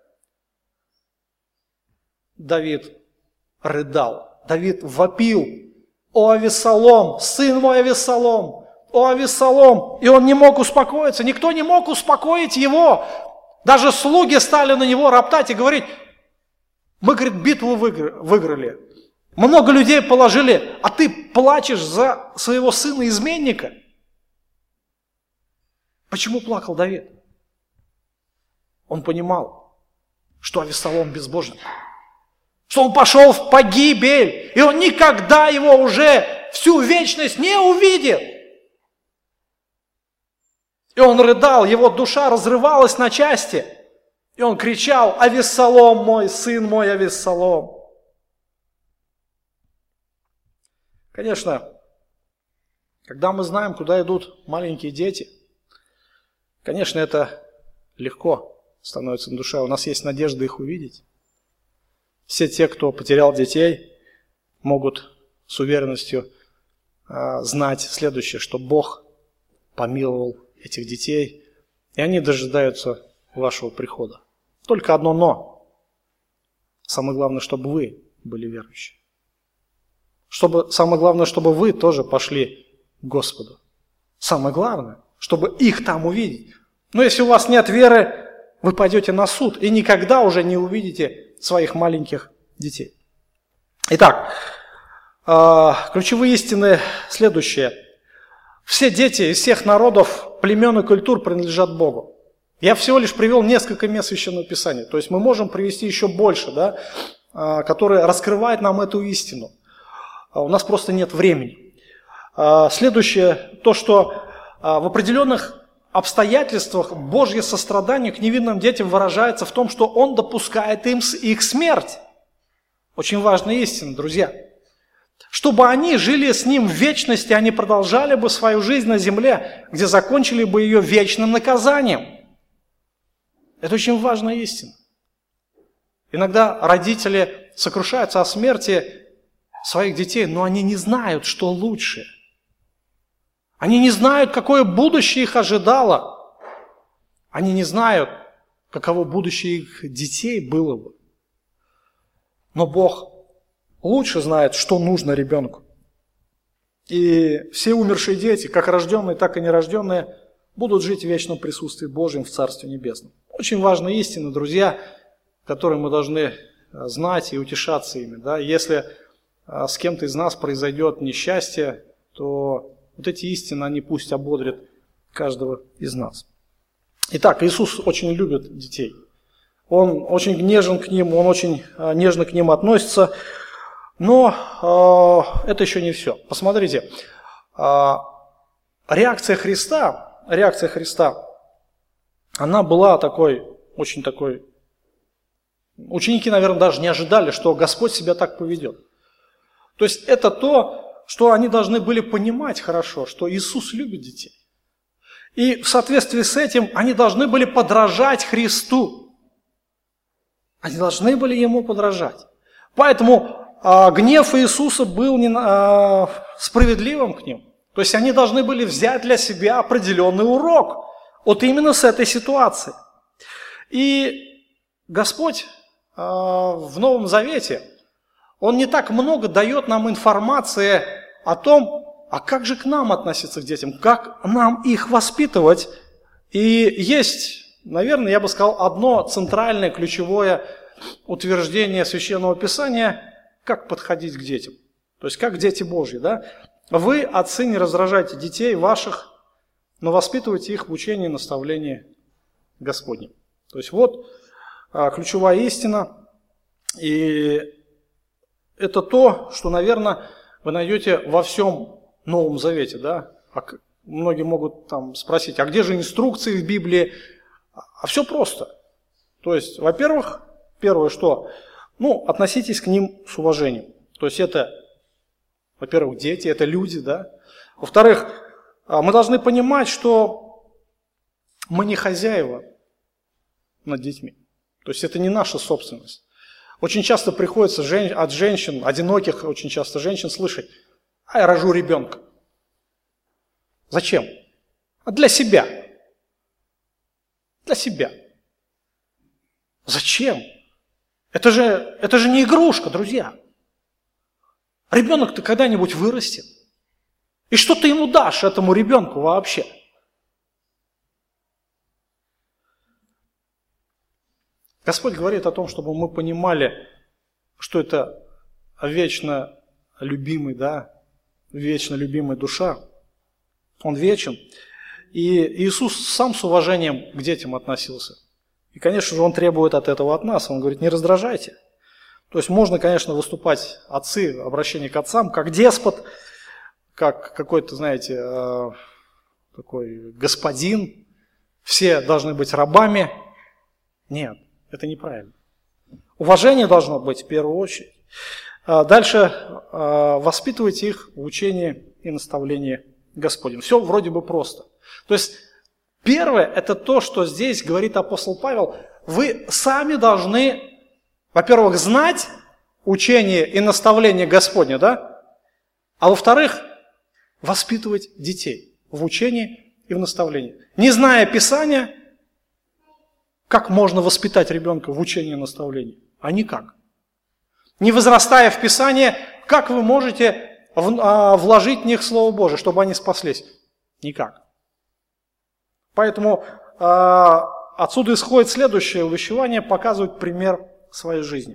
Speaker 1: Давид рыдал, Давид вопил: «О, Авессалом, сын мой Авессалом! О, Авессалом!» И он не мог успокоиться, никто не мог успокоить его. Даже слуги стали на него роптать и говорить: мы, говорит, битву выиграли, много людей положили, а ты плачешь за своего сына-изменника. Почему плакал Давид? Он понимал, что Авессалом безбожен, что он пошел в погибель, и он никогда его уже всю вечность не увидит. И он рыдал, его душа разрывалась на части, и он кричал: «Авессалом мой, сын мой Авессалом!» Конечно, когда мы знаем, куда идут маленькие дети, конечно, это легко становится на душе, у нас есть надежда их увидеть. Все те, кто потерял детей, могут с уверенностью знать следующее, что Бог помиловал этих детей, и они дожидаются вашего прихода. Только одно «но». Самое главное, чтобы вы были верующие. Самое главное, чтобы вы тоже пошли к Господу. Самое главное, чтобы их там увидеть. Но если у вас нет веры, вы пойдете на суд и никогда уже не увидите своих маленьких детей. Итак, ключевые истины следующие. Все дети из всех народов, племен и культур принадлежат Богу. Я всего лишь привел несколько мест Священного Писания. То есть мы можем привести еще больше, которые раскрывают нам эту истину. У нас просто нет времени. Следующее, то, что в определенных обстоятельствах Божье сострадание к невинным детям выражается в том, что Он допускает их смерть. Очень важная истина, друзья. Чтобы они жили с Ним в вечности, они продолжали бы свою жизнь на земле, где закончили бы ее вечным наказанием. Это очень важная истина. Иногда родители сокрушаются о смерти своих детей, но они не знают, что лучше. Они не знают, какое будущее их ожидало. Они не знают, каково будущее их детей было бы. Но Бог лучше знает, что нужно ребенку. И все умершие дети, как рожденные, так и нерожденные, будут жить в вечном присутствии Божьем в Царстве Небесном. Очень важная истина, друзья, которые мы должны знать и утешаться ими. Да? Если с кем-то из нас произойдет несчастье, то вот эти истины, они пусть ободрят каждого из нас. Итак, Иисус очень любит детей. Он очень нежен к ним, Он очень нежно к ним относится. Но это еще не все. Посмотрите, реакция Христа, она была очень такой. Ученики, наверное, даже не ожидали, что Господь себя так поведет. То есть это то, что они должны были понимать хорошо, что Иисус любит детей. И в соответствии с этим они должны были подражать Христу. Они должны были Ему подражать. Поэтому гнев Иисуса был справедливым к ним. То есть они должны были взять для себя определенный урок вот именно с этой ситуации. И Господь в Новом Завете, Он не так много дает нам информации о том, а как же к нам относиться к детям, как нам их воспитывать. И есть, наверное, я бы сказал, одно центральное, ключевое утверждение Священного Писания, как подходить к детям. То есть, как дети Божьи, да? Вы, отцы, не раздражайте детей ваших, но воспитывайте их в учении и наставлении Господнем. То есть, вот ключевая истина. И это то, что, наверное, вы найдете во всем Новом Завете, да? Многие могут там спросить, а где же инструкции в Библии? А все просто. То есть, во-первых, первое, что... относитесь к ним с уважением. То есть это, во-первых, дети, это люди, да. Во-вторых, мы должны понимать, что мы не хозяева над детьми. То есть это не наша собственность. Очень часто приходится от женщин, одиноких очень часто женщин, слышать: а я рожу ребенка. Зачем? Для себя. Для себя. Зачем? Это же не игрушка, друзья. Ребенок-то когда-нибудь вырастет. И что ты ему дашь, этому ребенку вообще? Господь говорит о том, чтобы мы понимали, что это вечно любимый, да, вечно любимая душа. Он вечен. И Иисус сам с уважением к детям относился. И, конечно же, Он требует от этого от нас. Он говорит: не раздражайте. То есть можно, конечно, выступать отцы, обращение к отцам, как деспот, как какой-то, знаете, такой господин. Все должны быть рабами. Нет, это неправильно. Уважение должно быть в первую очередь. Дальше воспитывайте их в учении и наставлении Господнем. Все вроде бы просто. То есть первое, это то, что здесь говорит апостол Павел. Вы сами должны, во-первых, знать учение и наставление Господне, да? А во-вторых, воспитывать детей в учении и в наставлении. Не зная Писания, как можно воспитать ребенка в учении и наставлении? А никак. Не возрастая в Писание, как вы можете вложить в них Слово Божие, чтобы они спаслись? Никак. Поэтому отсюда исходит следующее увещевание, показывать пример своей жизни.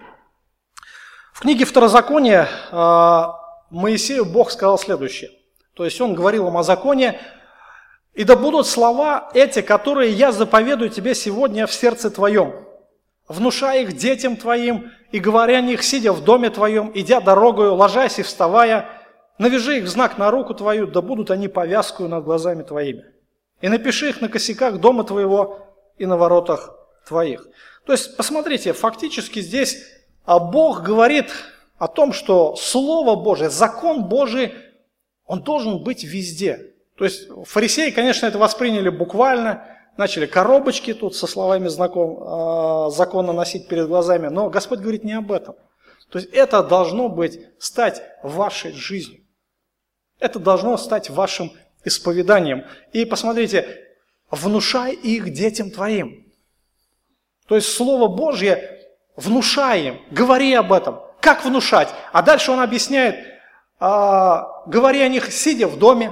Speaker 1: В книге Второзакония Моисею Бог сказал следующее. То есть он говорил им о законе: «И да будут слова эти, которые я заповедую тебе сегодня в сердце твоем, внушая их детям твоим, и говоря о них, сидя в доме твоем, идя дорогою, ложась и вставая, навяжи их в знак на руку твою, да будут они повязкою над глазами твоими. И напиши их на косяках дома твоего и на воротах твоих». То есть, посмотрите, фактически здесь Бог говорит о том, что Слово Божие, закон Божий, он должен быть везде. То есть фарисеи, конечно, это восприняли буквально, начали коробочки тут со словами закона носить перед глазами, но Господь говорит не об этом. То есть это должно стать вашей жизнью. Это должно стать вашим исповеданием. И посмотрите, внушай их детям твоим. То есть Слово Божье внушай им, говори об этом. Как внушать? А дальше он объясняет, говори о них, сидя в доме,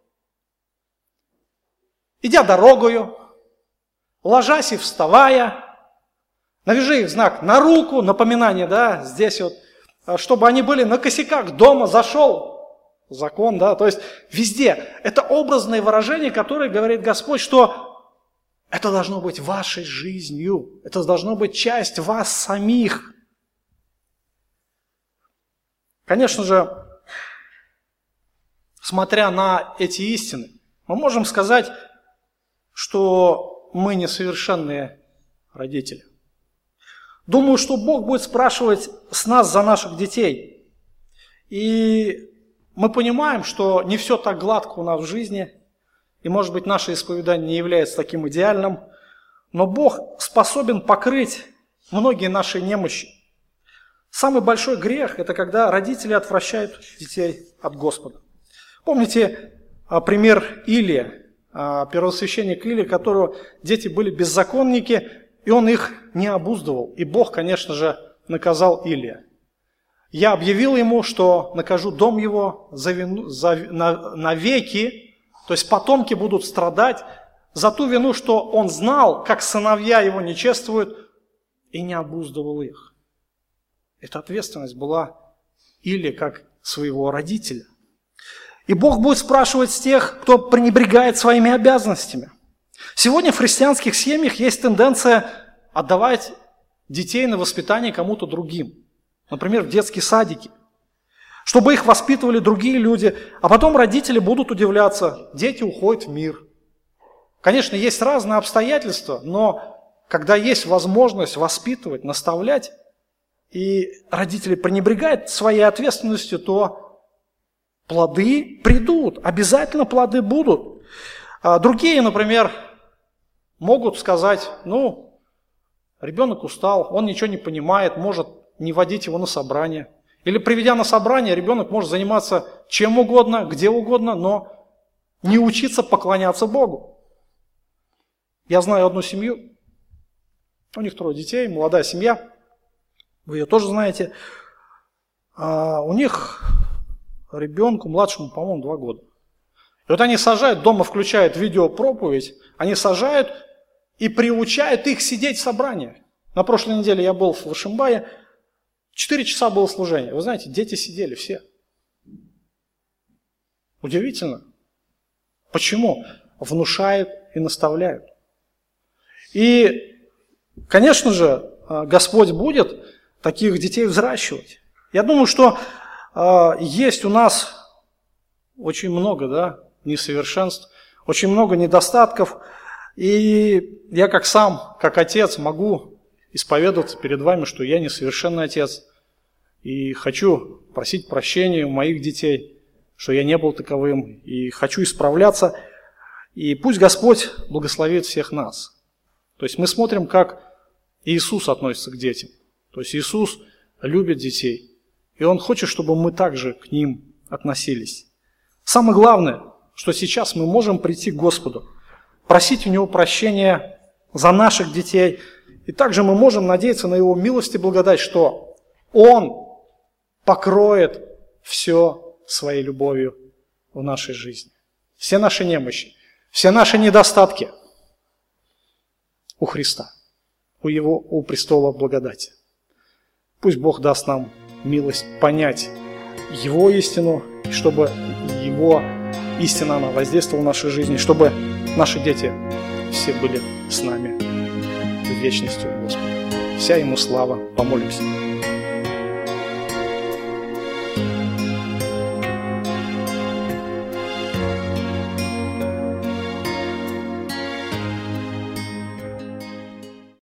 Speaker 1: идя дорогою, ложась и вставая, навяжи их знак на руку, напоминание, да, здесь вот, чтобы они были на косяках дома, зашел закон, да, то есть везде. Это образное выражение, которое говорит Господь, что это должно быть вашей жизнью, это должно быть часть вас самих. Конечно же, смотря на эти истины, мы можем сказать, что мы несовершенные родители. Думаю, что Бог будет спрашивать с нас за наших детей. И мы понимаем, что не все так гладко у нас в жизни, и, может быть, наше исповедание не является таким идеальным, но Бог способен покрыть многие наши немощи. Самый большой грех – это когда родители отвращают детей от Господа. Помните пример Илия, первосвященник Илия, которого дети были беззаконники, и он их не обуздывал. И Бог, конечно же, наказал Илия. Я объявил ему, что накажу дом его навеки, то есть потомки будут страдать за ту вину, что он знал, как сыновья его не чествуют, и не обуздывал их. Эта ответственность была Илии как своего родителя. И Бог будет спрашивать с тех, кто пренебрегает своими обязанностями. Сегодня в христианских семьях есть тенденция отдавать детей на воспитание кому-то другим. Например, в детские садики. Чтобы их воспитывали другие люди, а потом родители будут удивляться, дети уходят в мир. Конечно, есть разные обстоятельства, но когда есть возможность воспитывать, наставлять, и родители пренебрегают своей ответственностью, то плоды придут, обязательно плоды будут. Другие, например, могут сказать, ребенок устал, он ничего не понимает, может не водить его на собрание. Или приведя на собрание, ребенок может заниматься чем угодно, где угодно, но не учиться поклоняться Богу. Я знаю одну семью, у них 3 детей, молодая семья, вы ее тоже знаете. У них ребенку, младшему, по-моему, 2 года. И вот они сажают, дома включают видеопроповедь, они сажают и приучают их сидеть в собрании. На прошлой неделе я был в Ишимбае, 4 часа было служение. Вы знаете, дети сидели все. Удивительно. Почему? Внушают и наставляют. И, конечно же, Господь будет таких детей взращивать. Я думаю, что есть у нас очень много несовершенств, очень много недостатков. И я как отец могу исповедоваться перед вами, что я несовершенный отец. И хочу просить прощения у моих детей, что я не был таковым. И хочу исправляться. И пусть Господь благословит всех нас. То есть мы смотрим, как Иисус относится к детям. То есть Иисус любит детей. И Он хочет, чтобы мы также к ним относились. Самое главное, что сейчас мы можем прийти к Господу, просить у Него прощения за наших детей. И также мы можем надеяться на Его милость и благодать, что Он покроет все своей любовью в нашей жизни. Все наши немощи, все наши недостатки у Христа, у престола благодати. Пусть Бог даст нам милость понять Его истину, и чтобы Его истина, она воздействовала в нашей жизни, чтобы наши дети все были с нами в вечности у Господа. Вся Ему слава. Помолимся.